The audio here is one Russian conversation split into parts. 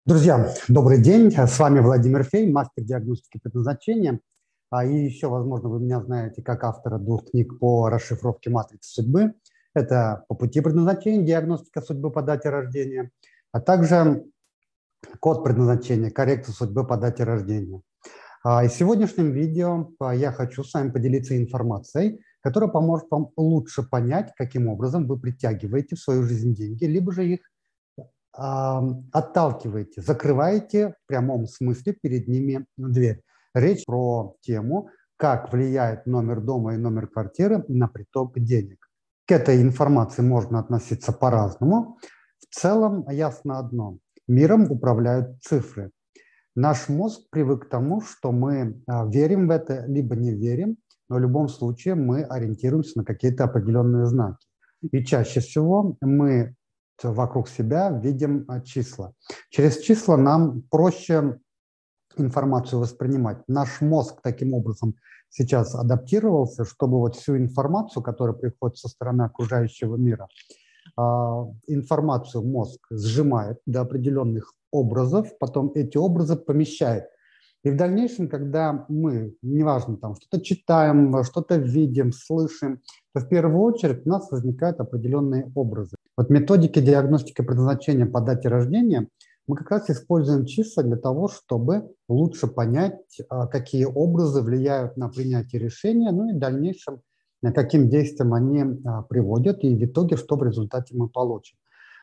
Друзья, добрый день. С вами Владимир Фей, мастер диагностики предназначения. И еще, возможно, вы меня знаете как автора 2 книг по расшифровке матрицы судьбы. Это «По пути предназначения. Диагностика судьбы по дате рождения», а также «Код предназначения. Коррекция судьбы по дате рождения». И в сегодняшнем видео я хочу с вами поделиться информацией, которая поможет вам лучше понять, каким образом вы притягиваете в свою жизнь деньги, либо же их отталкиваете, закрываете в прямом смысле перед ними дверь. Речь про тему, как влияет номер дома и номер квартиры на приток денег. К этой информации можно относиться по-разному. В целом ясно одно. Миром управляют цифры. Наш мозг привык к тому, что мы верим в это, либо не верим, но в любом случае мы ориентируемся на какие-то определенные знаки. И чаще всего мы вокруг себя видим числа. Через числа нам проще информацию воспринимать. Наш мозг таким образом сейчас адаптировался, чтобы вот всю информацию, которая приходит со стороны окружающего мира, информацию мозг сжимает до определенных образов, потом эти образы помещает. И в дальнейшем, когда мы, неважно, там что-то читаем, что-то видим, слышим, то в первую очередь у нас возникают определенные образы. Вот методики диагностики предназначения по дате рождения мы как раз используем числа для того, чтобы лучше понять, какие образы влияют на принятие решения, ну и в дальнейшем, каким действиям они приводят, и в итоге, что в результате мы получим.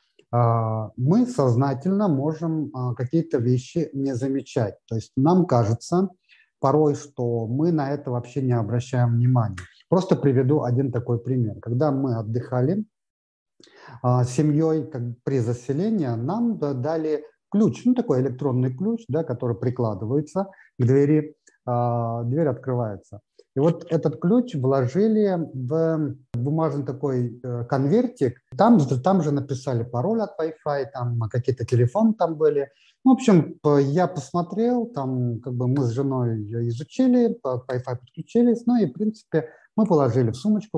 Мы сознательно можем какие-то вещи не замечать. То есть нам кажется порой, что мы на это вообще не обращаем внимания. Просто приведу один такой пример. Когда мы отдыхали с семьей при заселении, нам дали ключ, ну такой электронный ключ, да, который прикладывается к двери, дверь открывается. И вот этот ключ вложили в бумажный такой конвертик. Там же написали пароль от Wi-Fi, там какие-то телефоны там были. В общем, я посмотрел, там как бы мы с женой изучили, по Wi-Fi подключились, ну и в принципе мы положили в сумочку,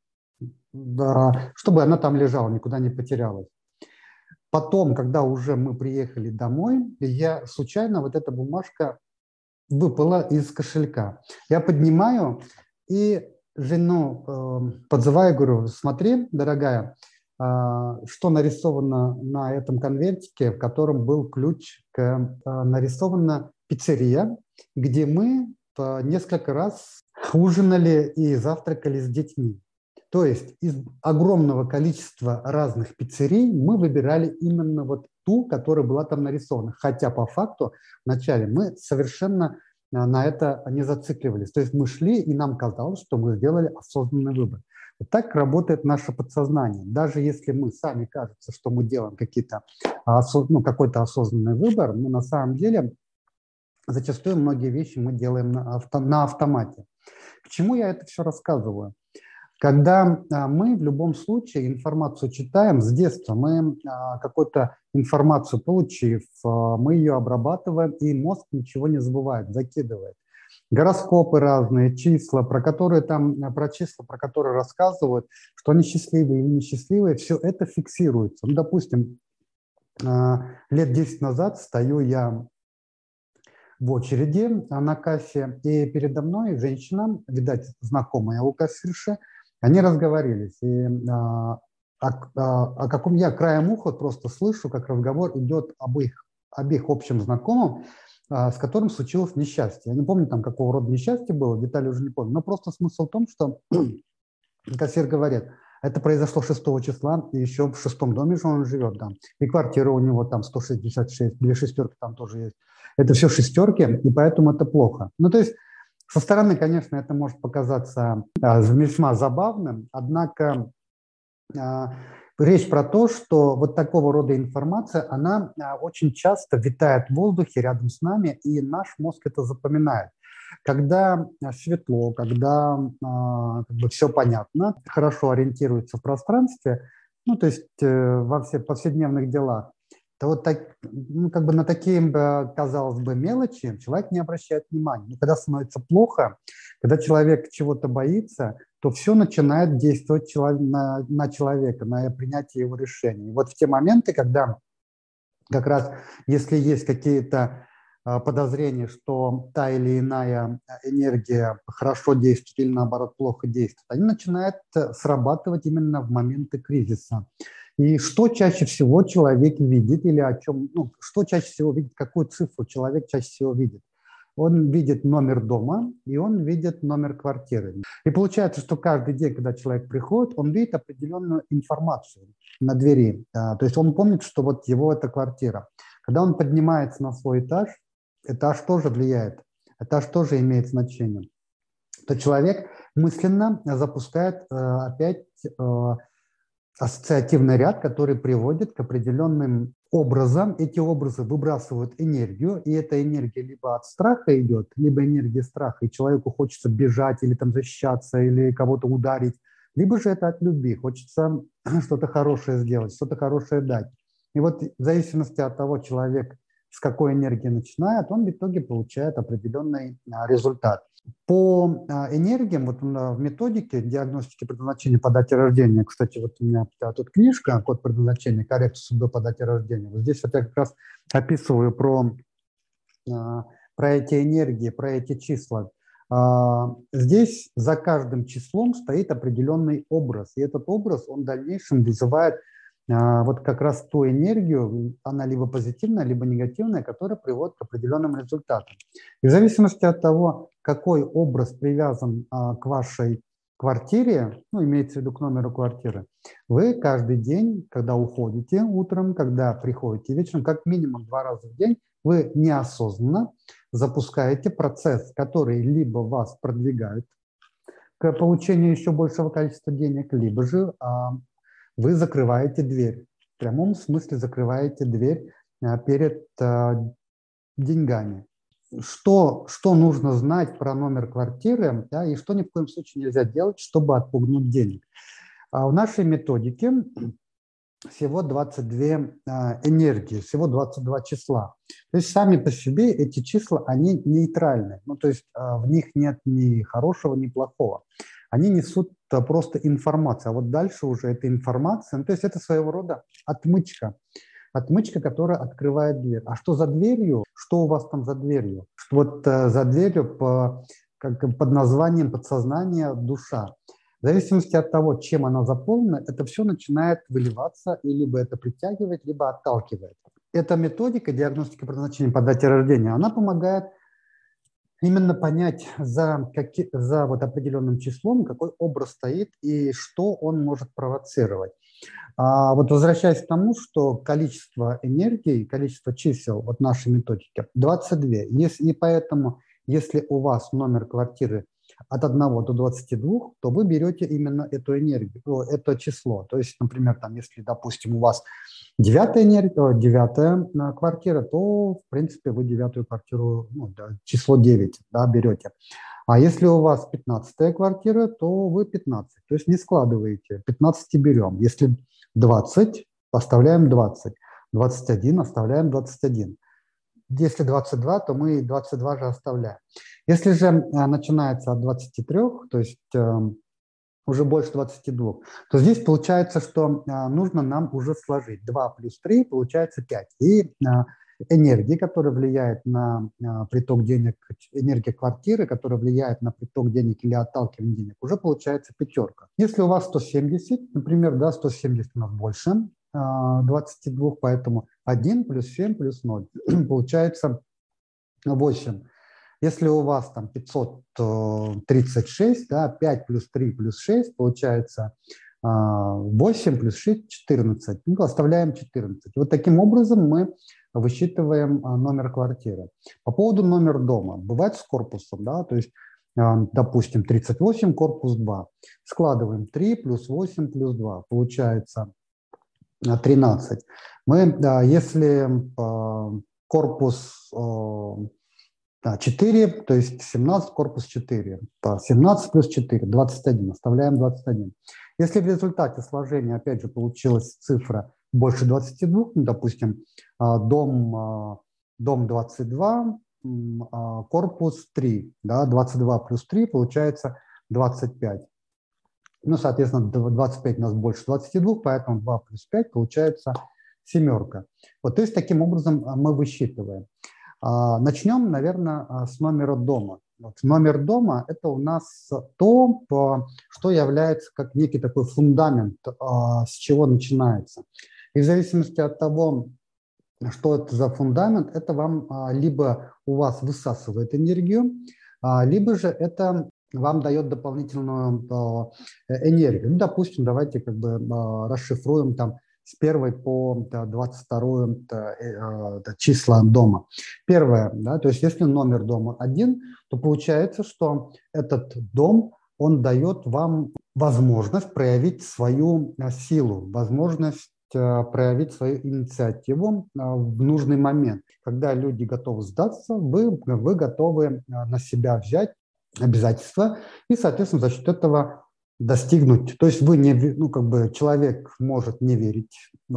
чтобы она там лежала, никуда не потерялась. Потом, когда уже мы приехали домой, я случайно, вот эта бумажка выпала из кошелька. Я поднимаю и жену подзываю, говорю: смотри, дорогая, что нарисовано на этом конвертике, в котором был ключ, нарисована пиццерия, где мы несколько раз ужинали и завтракали с детьми. То есть из огромного количества разных пиццерий мы выбирали именно вот ту, которая была там нарисована. Хотя по факту вначале мы совершенно на это не зацикливались. То есть мы шли, и нам казалось, что мы сделали осознанный выбор. Вот так работает наше подсознание. Даже если мы сами кажется, что мы делаем какой-то осознанный выбор, но на самом деле зачастую многие вещи мы делаем на автомате. К чему я это все рассказываю? Когда мы в любом случае информацию читаем с детства, мы какую-то информацию получив, мы ее обрабатываем, и мозг ничего не забывает, закидывает. Гороскопы разные, числа, про числа, про которые рассказывают, что они счастливые или несчастливые, все это фиксируется. Ну, допустим, лет 10 назад стою я в очереди на кассе, и передо мной женщина, видать, знакомая у кассирши, они разговорились. И о каком я краем уха просто слышу, как разговор идет об их общем знакомом, с которым случилось несчастье. Я не помню, там, какого рода несчастье было, детали уже не помню, но просто смысл в том, что кассир говорит: это произошло 6 числа, и еще в 6-м доме же он живет, да. И квартира у него там 166, 2 шестерки там тоже есть. Это все шестерки, и поэтому это плохо. Ну, то есть со стороны, конечно, это может показаться весьма забавным, однако речь про то, что вот такого рода информация, она очень часто витает в воздухе рядом с нами, и наш мозг это запоминает. Когда светло, когда как бы все понятно, хорошо ориентируется в пространстве, ну, то есть во всех повседневных делах, то вот так, ну, как бы на такие, казалось бы, мелочи человек не обращает внимания. Но когда становится плохо, когда человек чего-то боится, то все начинает действовать на человека, на принятие его решений. И вот в те моменты, когда Как раз если есть какие-то подозрения, что та или иная энергия хорошо действует или наоборот плохо действует, они начинают срабатывать именно в моменты кризиса. И что чаще всего человек видит или о чем, ну, что чаще всего видит, какую цифру человек чаще всего видит? Он видит номер дома и он видит номер квартиры. И получается, что каждый день, когда человек приходит, он видит определенную информацию на двери. То есть он помнит, что вот его это квартира. Когда он поднимается на свой этаж тоже влияет, этаж тоже имеет значение. То человек мысленно запускает опять ассоциативный ряд, который приводит к определенным образам. Эти образы выбрасывают энергию, и эта энергия либо от страха идет, либо энергия страха, и человеку хочется бежать или там защищаться, или кого-то ударить, либо же это от любви, хочется что-то хорошее сделать, что-то хорошее дать. И вот в зависимости от того, человек с какой энергией начинает, он в итоге получает определенный результат. По энергиям, вот в методике диагностики предназначения по дате рождения, кстати, вот у меня тут книжка «Код предназначения. Коррекция судьбы по дате рождения». Вот здесь вот я как раз описываю про эти энергии, про эти числа. Здесь за каждым числом стоит определенный образ, и этот образ, он в дальнейшем вызывает вот как раз ту энергию, она либо позитивная, либо негативная, которая приводит к определенным результатам. И в зависимости от того, какой образ привязан к вашей квартире, ну, имеется в виду к номеру квартиры, вы каждый день, когда уходите утром, когда приходите вечером, как минимум 2 раза в день, вы неосознанно запускаете процесс, который либо вас продвигает к получению еще большего количества денег, либо же вы закрываете дверь. В прямом смысле закрываете дверь перед деньгами. Что нужно знать про номер квартиры, да, и что ни в коем случае нельзя делать, чтобы отпугнуть денег. В нашей методике всего 22 энергии, всего 22 числа. То есть сами по себе эти числа, они нейтральны. Ну, то есть в них нет ни хорошего, ни плохого. Они несут просто информацию. А вот дальше уже эта информация, ну, то есть это своего рода отмычка. Отмычка, которая открывает дверь. А что за дверью? Что у вас там за дверью? Вот за дверью под названием подсознание, душа. В зависимости от того, чем она заполнена, это все начинает выливаться, и либо это притягивает, либо отталкивает. Эта методика диагностики предназначения по дате рождения, она помогает именно понять за вот определенным числом, какой образ стоит и что он может провоцировать. Вот возвращаясь к тому, что количество энергии, количество чисел от нашей методики 22. И поэтому, если у вас номер квартиры от 1 до 22, то вы берете именно эту энергию, это число. То есть, например, там, если, допустим, у вас 9-я квартира, то, в принципе, вы 9-ю квартиру, ну, да, число 9, да, берете. А если у вас 15-я квартира, то вы 15. То есть не складываете, 15 берем. Если 20, оставляем 20. 21 оставляем 21. Если 22, то мы 22 же оставляем. Если же начинается от 23, то есть уже больше 22, то здесь получается, что нужно нам уже сложить. 2 плюс 3 получается 5. И энергия, которая влияет на приток денег, энергия квартиры, которая влияет на приток денег или отталкивание денег, уже получается 5. Если у вас 170, например, да, 170 у нас больше 22, поэтому 1 плюс 7 плюс 0 получается 8. Если у вас там 536, да, 5 плюс 3 плюс 6 получается 8 плюс 6 – 14. Ну, оставляем 14. Вот таким образом мы высчитываем номер квартиры. По поводу номера дома. Бывает с корпусом, да, то есть, допустим, 38, корпус 2. Складываем 3 плюс 8 плюс 2. Получается 13. Если корпус 4, то есть 17, корпус 4. 17 плюс 4, 21. Оставляем 21. Если в результате сложения, опять же, получилась цифра больше 22, ну, допустим, дом 22, корпус 3, да, 22 плюс 3 получается 25. Ну, соответственно, 25 у нас больше 22, поэтому 2 плюс 5 получается семерка. Вот, то есть таким образом мы высчитываем. Начнем, наверное, с номера дома. Вот, номер дома – это у нас то, что является как некий такой фундамент, с чего начинается. И в зависимости от того, что это за фундамент, это вам либо у вас высасывает энергию, либо же это вам дает дополнительную энергию. Ну, допустим, давайте как бы расшифруем там с 1 по 22 числа дома. Первое, да, то есть если номер дома 1, то получается, что этот дом, он дает вам возможность проявить свою силу, возможность проявить свою инициативу в нужный момент. Когда люди готовы сдаться, вы готовы на себя взять обязательства и, соответственно, за счет этого достигнуть. То есть вы не, ну, как бы человек может не верить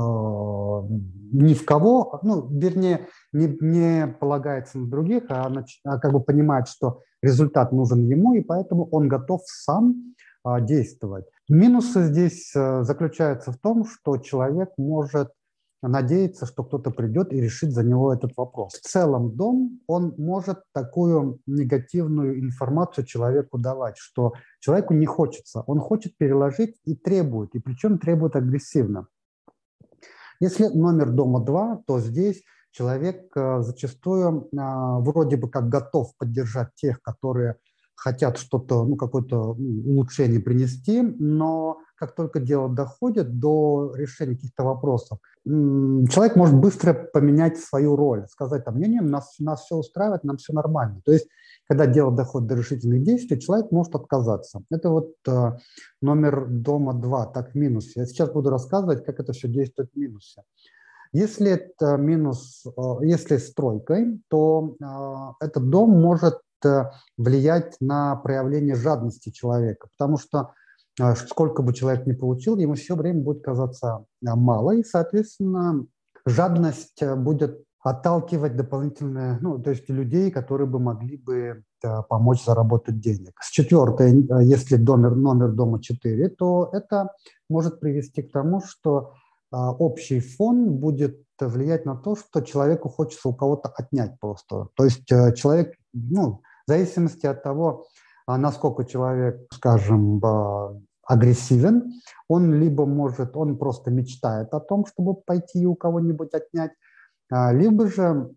ни в кого, ну, вернее, не полагается на других, а как бы понимает, что результат нужен ему, и поэтому он готов сам действовать. Минусы здесь заключаются в том, что человек может надеяться, что кто-то придет и решит за него этот вопрос. В целом дом, он может такую негативную информацию человеку давать, что человеку не хочется, он хочет переложить и требует, и причем требует агрессивно. Если номер дома 2, то здесь человек зачастую вроде бы как готов поддержать тех, которые хотят что-то, ну, какое-то улучшение принести, но как только дело доходит до решения каких-то вопросов, человек может быстро поменять свою роль, сказать, там, не, нас все устраивает, нам все нормально. То есть, когда дело доходит до решительных действий, человек может отказаться. Это вот номер дома 2, так в минусе. Я сейчас буду рассказывать, как это все действует в минусе. Если это минус, если с тройкой, то этот дом может влиять на проявление жадности человека, потому что сколько бы человек ни получил, ему все время будет казаться мало, и, соответственно, жадность будет отталкивать дополнительные, ну, то есть людей, которые бы могли бы помочь заработать денег. С четвертой, если номер дома 4, то это может привести к тому, что общий фон будет влиять на то, что человеку хочется у кого-то отнять просто. То есть человек, ну, в зависимости от того, насколько человек, скажем, агрессивен, он либо может, он просто мечтает о том, чтобы пойти и у кого-нибудь отнять, либо же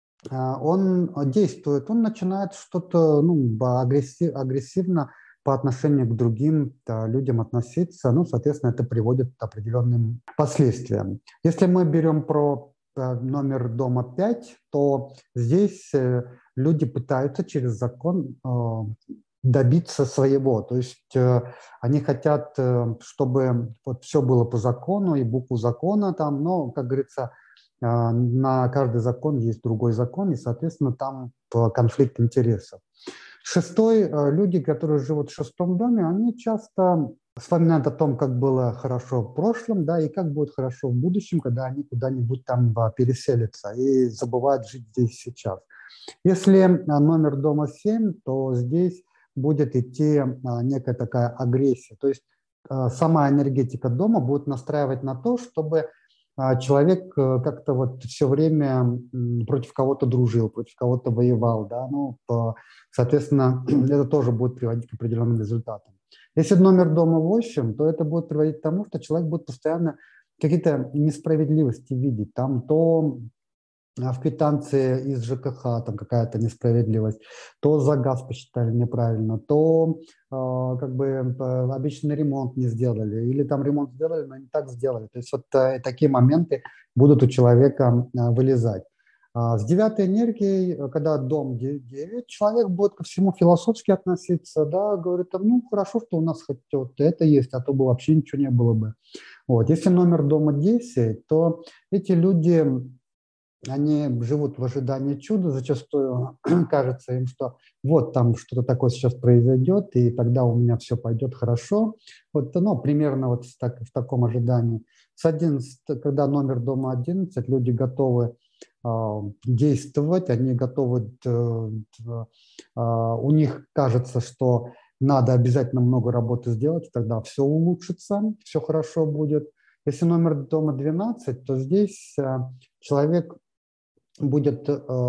он действует, он начинает что-то, ну, агрессивно по отношению к другим людям относиться, ну, соответственно, это приводит к определенным последствиям. Если мы берем про номер дома 5, то здесь люди пытаются через закон добиться своего. То есть они хотят, чтобы вот все было по закону и букву закона там, но, как говорится, на каждый закон есть другой закон, и, соответственно, там конфликт интересов. Шестой, люди, которые живут в шестом доме, они часто вспоминают о том, как было хорошо в прошлом, да, и как будет хорошо в будущем, когда они куда-нибудь там переселятся, и забывают жить здесь сейчас. Если номер дома 7, то здесь будет идти некая такая агрессия. То есть сама энергетика дома будет настраивать на то, чтобы человек как-то вот все время против кого-то дружил, против кого-то воевал, да, ну, соответственно, это тоже будет приводить к определенным результатам. Если номер дома 8, то это будет приводить к тому, что человек будет постоянно какие-то несправедливости видеть. Там то в квитанции из ЖКХ там какая-то несправедливость, то за газ посчитали неправильно, то как бы обещанный ремонт не сделали, или там ремонт сделали, но не так сделали. То есть вот такие моменты будут у человека вылезать. С девятой энергией, когда дом 9, человек будет ко всему философски относиться, да, говорит, ну хорошо, что у нас хоть вот это есть, а то бы вообще ничего не было бы. Вот. Если номер дома 10, то эти люди, они живут в ожидании чуда, зачастую кажется им, что вот там что-то такое сейчас произойдет, и тогда у меня все пойдет хорошо. Вот, ну, примерно вот в таком ожидании. С 11, когда номер дома 11, люди готовы действовать, они готовы, у них кажется, что надо обязательно много работы сделать, тогда все улучшится, все хорошо будет. Если номер дома 12, то здесь человек будет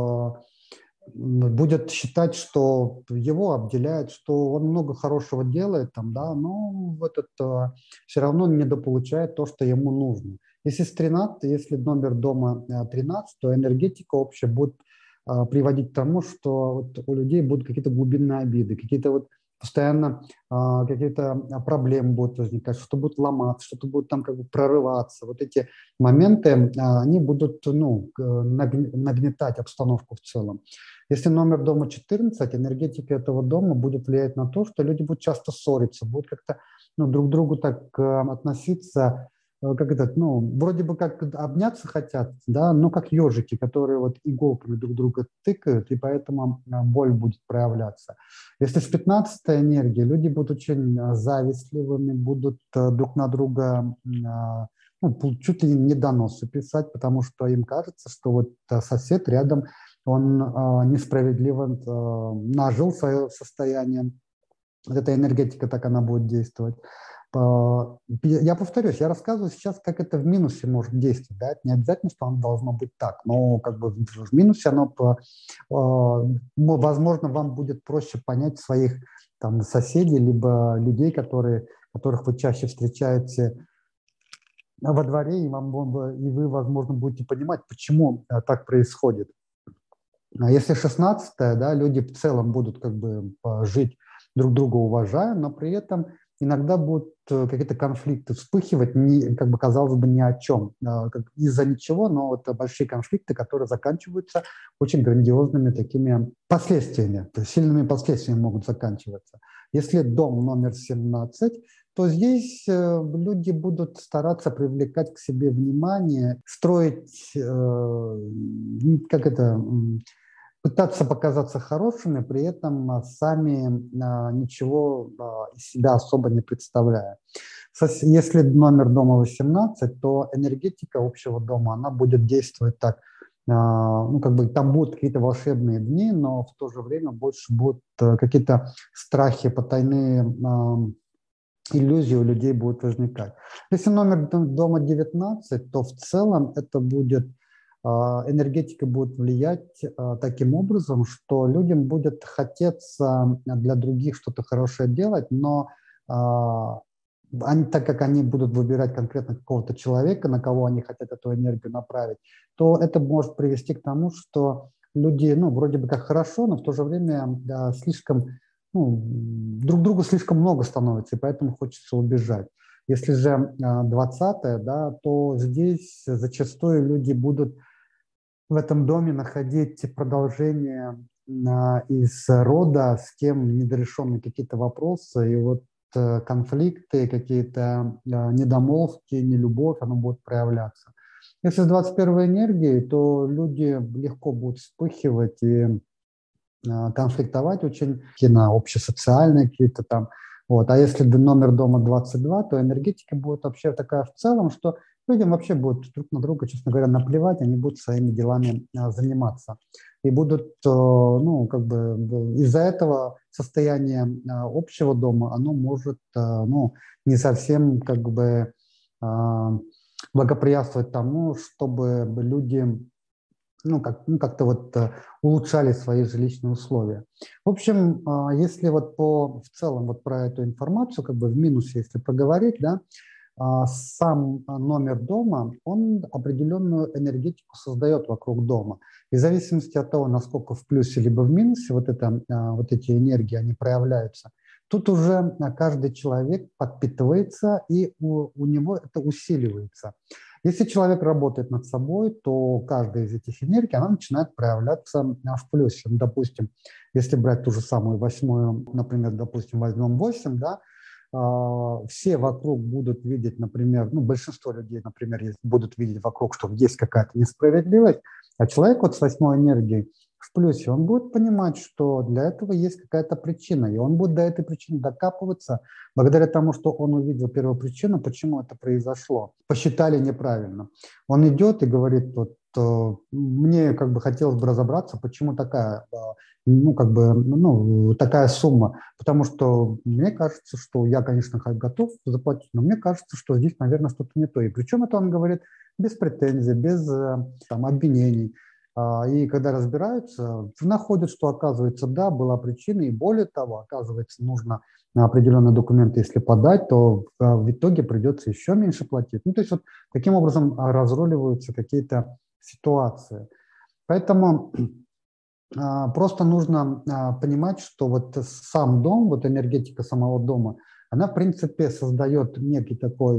считать, что его обделяют, что он много хорошего делает, там, да, но все равно недополучает то, что ему нужно. Если номер дома 13, то энергетика общая будет приводить к тому, что вот у людей будут какие-то глубинные обиды, какие-то вот постоянно какие-то проблемы будут возникать, что-то будет ломаться, что-то будет там как бы прорываться. Вот эти моменты, они будут нагнетать обстановку в целом. Если номер дома 14, энергетика этого дома будет влиять на то, что люди будут часто ссориться, будут как-то друг к другу так относиться, вроде бы как обняться хотят, да, но как ежики, которые вот иголками друг друга тыкают, и поэтому боль будет проявляться. Если с 15-й энергией, люди будут очень завистливыми, будут друг на друга чуть ли не доносы писать, потому что им кажется, что вот сосед рядом, он несправедливо нажил свое состояние. Вот эта энергетика, так она будет действовать. Я повторюсь, я рассказываю сейчас, как это в минусе может действовать. Да? Это не обязательно, что оно должно быть так, но как бы в минусе оно, возможно, вам будет проще понять своих там, соседей, либо людей, которых вы чаще встречаете во дворе, и вы, возможно, будете понимать, почему так происходит. Если 16-е, да, люди в целом будут как бы жить друг друга уважая, но при этом иногда будут какие-то конфликты вспыхивать, как бы казалось бы, ни о чем, из-за ничего, но вот большие конфликты, которые заканчиваются очень грандиозными такими последствиями, то есть сильными последствиями могут заканчиваться. Если дом номер 17, то здесь люди будут стараться привлекать к себе внимание, строить, пытаться показаться хорошими, при этом сами ничего из себя особо не представляя. Если номер дома 18, то энергетика общего дома, она будет действовать так, как бы там будут какие-то волшебные дни, но в то же время больше будут какие-то страхи, потайные иллюзии у людей будут возникать. Если номер дома 19, то в целом это будет энергетика будет влиять таким образом, что людям будет хотеться для других что-то хорошее делать, но так как они будут выбирать конкретно какого-то человека, на кого они хотят эту энергию направить, то это может привести к тому, что люди, вроде бы как хорошо, но в то же время слишком, друг другу слишком много становится, и поэтому хочется убежать. Если же 20-е, да, то здесь зачастую люди будут в этом доме находить продолжение из рода, с кем недорешенные какие-то вопросы, и вот конфликты, какие-то недомолвки, нелюбовь, оно будет проявляться. Если с 21-й энергией, то люди легко будут вспыхивать и конфликтовать очень на общесоциальные какие-то там. Вот. А если номер дома 22, то энергетика будет вообще такая в целом, что людям вообще будет друг на друга, честно говоря, наплевать, они будут своими делами заниматься. И будут, из-за этого состояние общего дома, оно может, не совсем благоприятствовать тому, чтобы люди как-то улучшали свои жилищные условия. В общем, если в целом про эту информацию, в минусе, если проговорить, да, сам номер дома, он определенную энергетику создает вокруг дома. И в зависимости от того, насколько в плюсе либо в минусе эти энергии, они проявляются, тут уже каждый человек подпитывается, и у него это усиливается. Если человек работает над собой, то каждая из этих энергий, она начинает проявляться в плюсе. Допустим, если брать ту же самую 8, например, допустим, возьмем 8, да, все вокруг будут видеть, например, большинство людей, например, будут видеть вокруг, что есть какая-то несправедливость, а человек с 8 энергией в плюсе, он будет понимать, что для этого есть какая-то причина, и он будет до этой причины докапываться благодаря тому, что он увидел первую причину, почему это произошло. Посчитали неправильно. Он идет и говорит, мне как бы хотелось бы разобраться, почему такая, такая сумма. Потому что мне кажется, что я, конечно, готов заплатить, но мне кажется, что здесь, наверное, что-то не то. И причем это он говорит без претензий, без там, обвинений. И когда разбираются, находят, что, оказывается, да, была причина, и более того, оказывается, нужно на определенные документы, если подать, то в итоге придется еще меньше платить. Ну, то есть вот таким образом разруливаются какие-то ситуации. Поэтому просто нужно понимать, что вот сам дом, вот энергетика самого дома, она, в принципе, создает некий такой,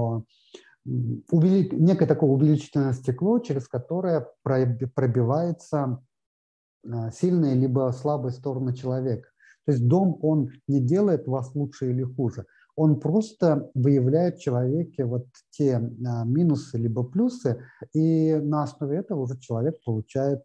некое такое увеличительное стекло, через которое пробивается сильные либо слабые стороны человека. То есть дом, он не делает вас лучше или хуже. Он просто выявляет в человеке вот те минусы либо плюсы, и на основе этого уже человек получает,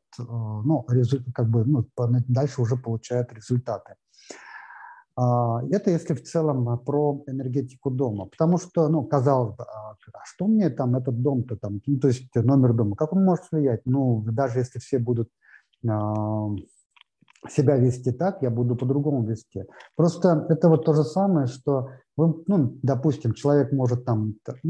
дальше уже получает результаты. Это если в целом про энергетику дома. Потому что, казалось бы, что мне там этот дом-то там, то есть номер дома, как он может влиять? Даже если все будут себя вести так, я буду по-другому вести. Просто это вот то же самое, что вы, допустим, человек может там,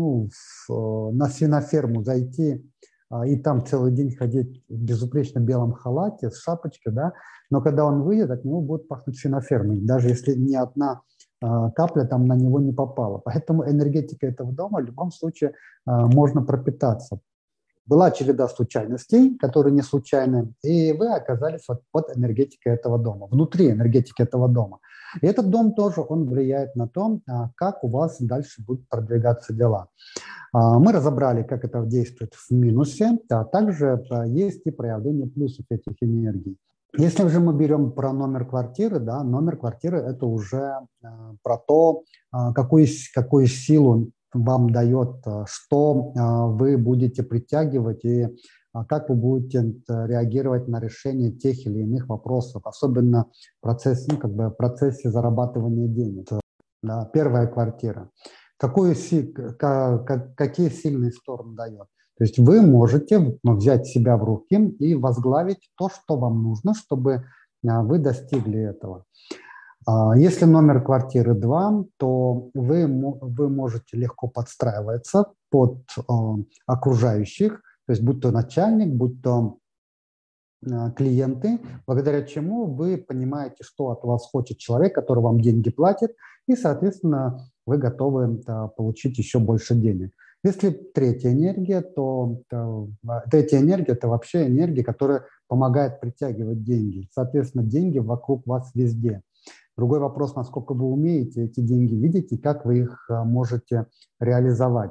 на свиноферму зайти и там целый день ходить в безупречно белом халате с шапочкой, да, но когда он выйдет, от него будет пахнуть свинофермой, даже если ни одна капля там на него не попала. Поэтому энергетика этого дома в любом случае можно пропитаться. Была череда случайностей, которые не случайны, и вы оказались вот под энергетикой этого дома, внутри энергетики этого дома. И этот дом тоже, он влияет на то, как у вас дальше будут продвигаться дела. Мы разобрали, как это действует в минусе, а также есть и проявление плюсов этих энергий. Если же мы берем про номер квартиры, да, номер квартиры – это уже про то, какую силу вам дает, что вы будете притягивать и как вы будете реагировать на решение тех или иных вопросов, особенно в процессе зарабатывания денег. Да, первая квартира. Какие сильные стороны дает? То есть вы можете взять себя в руки и возглавить то, что вам нужно, чтобы вы достигли этого. Если номер квартиры 2, то вы можете легко подстраиваться под окружающих, то есть будь то начальник, будь то клиенты, благодаря чему вы понимаете, что от вас хочет человек, который вам деньги платит, и, соответственно, вы готовы получить еще больше денег. Если третья энергия, то третья энергия – это вообще энергия, которая помогает притягивать деньги. Соответственно, деньги вокруг вас везде. Другой вопрос, насколько вы умеете эти деньги видеть и как вы их можете реализовать,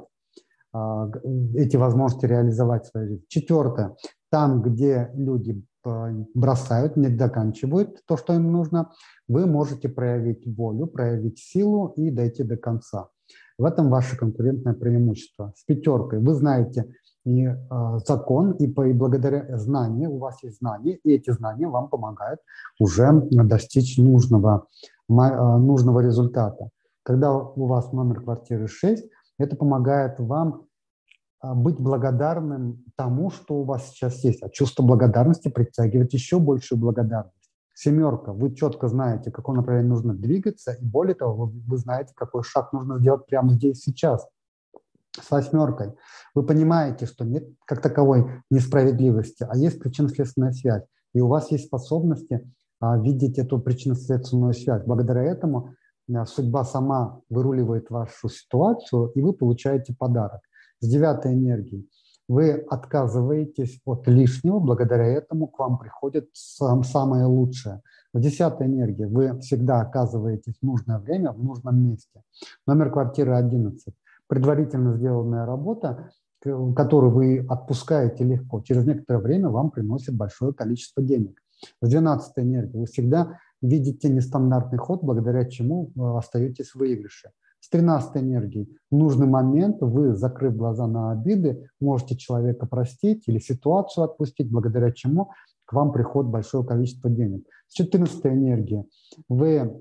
эти возможности реализовать в своей жизни. Четвертое. Там, где люди бросают, не заканчивают то, что им нужно, вы можете проявить волю, проявить силу и дойти до конца. В этом ваше конкурентное преимущество. С пятеркой вы знаете и закон, и благодаря знанию, у вас есть знания, и эти знания вам помогают уже достичь нужного результата. Когда у вас номер квартиры 6, это помогает вам быть благодарным тому, что у вас сейчас есть. А чувство благодарности притягивает еще большую благодарность. Семерка. Вы четко знаете, в каком направлении нужно двигаться, и более того, вы знаете, какой шаг нужно сделать прямо здесь, сейчас. С восьмеркой. Вы понимаете, что нет как таковой несправедливости, а есть причинно-следственная связь. И у вас есть способности видеть эту причинно-следственную связь. Благодаря этому судьба сама выруливает вашу ситуацию, и вы получаете подарок. С девятой энергией. Вы отказываетесь от лишнего, благодаря этому к вам приходит самое лучшее. В 10-й энергии вы всегда оказываетесь в нужное время, в нужном месте. Номер квартиры 11. Предварительно сделанная работа, которую вы отпускаете легко, через некоторое время вам приносит большое количество денег. В 12-й энергии вы всегда видите нестандартный ход, благодаря чему вы остаетесь в выигрыше. С 13-й энергией в нужный момент вы, закрыв глаза на обиды, можете человека простить или ситуацию отпустить, благодаря чему к вам приходит большое количество денег. С 14-й энергией вы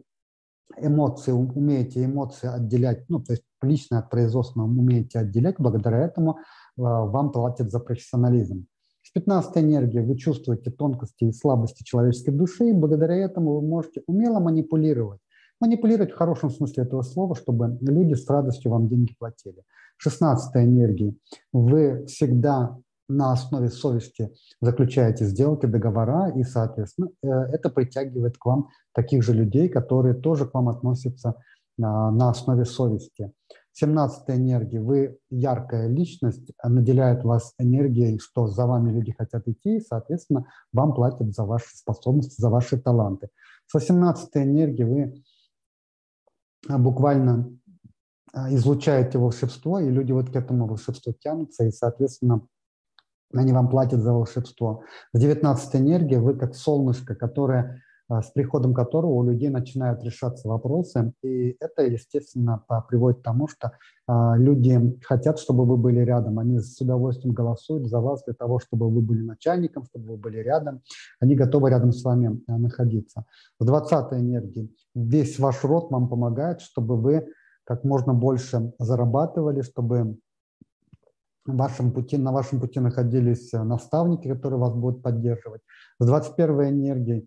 умеете эмоции отделять, то есть личное от производственного умеете отделять, благодаря этому вам платят за профессионализм. 15-й энергии вы чувствуете тонкости и слабости человеческой души, и благодаря этому вы можете умело манипулировать. Манипулировать в хорошем смысле этого слова, чтобы люди с радостью вам деньги платили. 16-й энергии вы всегда на основе совести заключаете сделки, договора, и, соответственно, это притягивает к вам таких же людей, которые тоже к вам относятся на основе совести. 17-й энергии вы яркая личность, наделяет вас энергией, что за вами люди хотят идти, и, соответственно, вам платят за ваши способности, за ваши таланты. С 18-й энергии вы буквально излучаете волшебство, и люди вот к этому волшебству тянутся, и, соответственно, они вам платят за волшебство. С 19-й энергией вы как солнышко, которое, с приходом которого у людей начинают решаться вопросы. И это, естественно, приводит к тому, что люди хотят, чтобы вы были рядом. Они с удовольствием голосуют за вас для того, чтобы вы были начальником, чтобы вы были рядом. Они готовы рядом с вами находиться. С 20-й энергией весь ваш род вам помогает, чтобы вы как можно больше зарабатывали, чтобы на вашем пути находились наставники, которые вас будут поддерживать. С 21-й энергией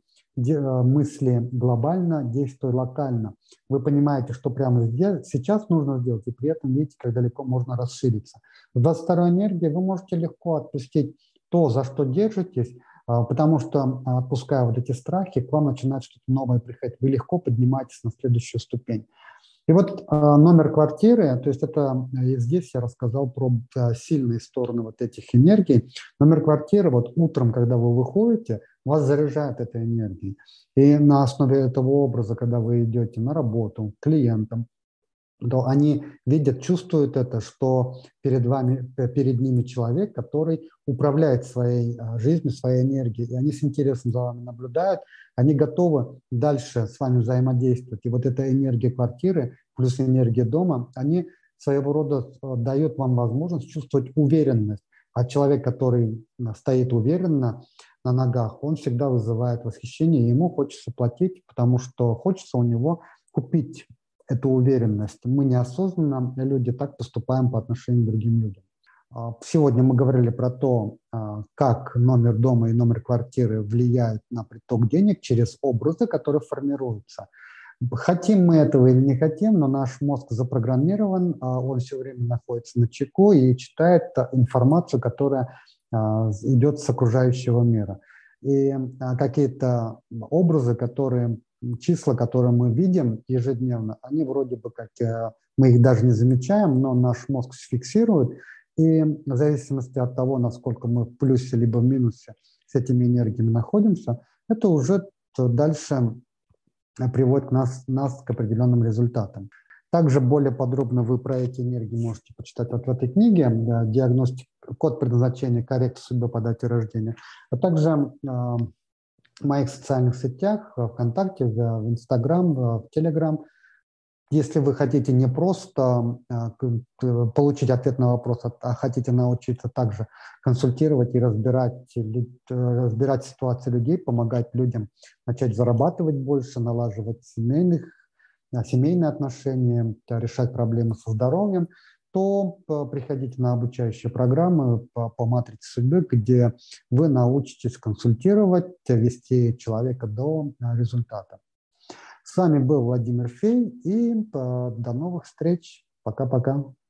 мысли глобально, действуй локально. Вы понимаете, что прямо сейчас нужно сделать, и при этом видите, как далеко можно расшириться. В 22-й энергии вы можете легко отпустить то, за что держитесь, потому что, отпуская вот эти страхи, к вам начинает что-то новое приходить. Вы легко поднимаетесь на следующую ступень. И вот номер квартиры, то есть это здесь я рассказал про сильные стороны вот этих энергий. Номер квартиры, вот утром, когда вы выходите, вас заряжает этой энергией. И на основе этого образа, когда вы идете на работу к клиентам, то они видят, чувствуют это, что перед ними человек, который управляет своей жизнью, своей энергией, и они с интересом за вами наблюдают, они готовы дальше с вами взаимодействовать. И вот эта энергия квартиры плюс энергия дома, они своего рода дают вам возможность чувствовать уверенность. А человек, который стоит уверенно на ногах, он всегда вызывает восхищение, и ему хочется платить, потому что хочется у него купить эту уверенность. Мы неосознанно, люди, так поступаем по отношению к другим людям. Сегодня мы говорили про то, как номер дома и номер квартиры влияют на приток денег через образы, которые формируются. Хотим мы этого или не хотим, но наш мозг запрограммирован, он все время находится на чеку и читает информацию, которая идет с окружающего мира. И какие-то образы, числа, которые мы видим ежедневно, они вроде бы как, мы их даже не замечаем, но наш мозг фиксирует, и в зависимости от того, насколько мы в плюсе либо в минусе с этими энергиями находимся, это уже дальше приводит нас к определенным результатам. Также более подробно вы про эти энергии можете почитать вот в этой книге «Диагностика, код предназначения, коррекция судьбы по дате рождения», а также в моих социальных сетях, ВКонтакте, в Инстаграм, в Телеграм. Если вы хотите не просто получить ответ на вопрос, а хотите научиться также консультировать и разбирать ситуации людей, помогать людям начать зарабатывать больше, налаживать семейные отношения, решать проблемы со здоровьем, то приходите на обучающие программы по матрице судьбы, где вы научитесь консультировать, вести человека до результата. С вами был Владимир Фей, и до новых встреч. Пока-пока.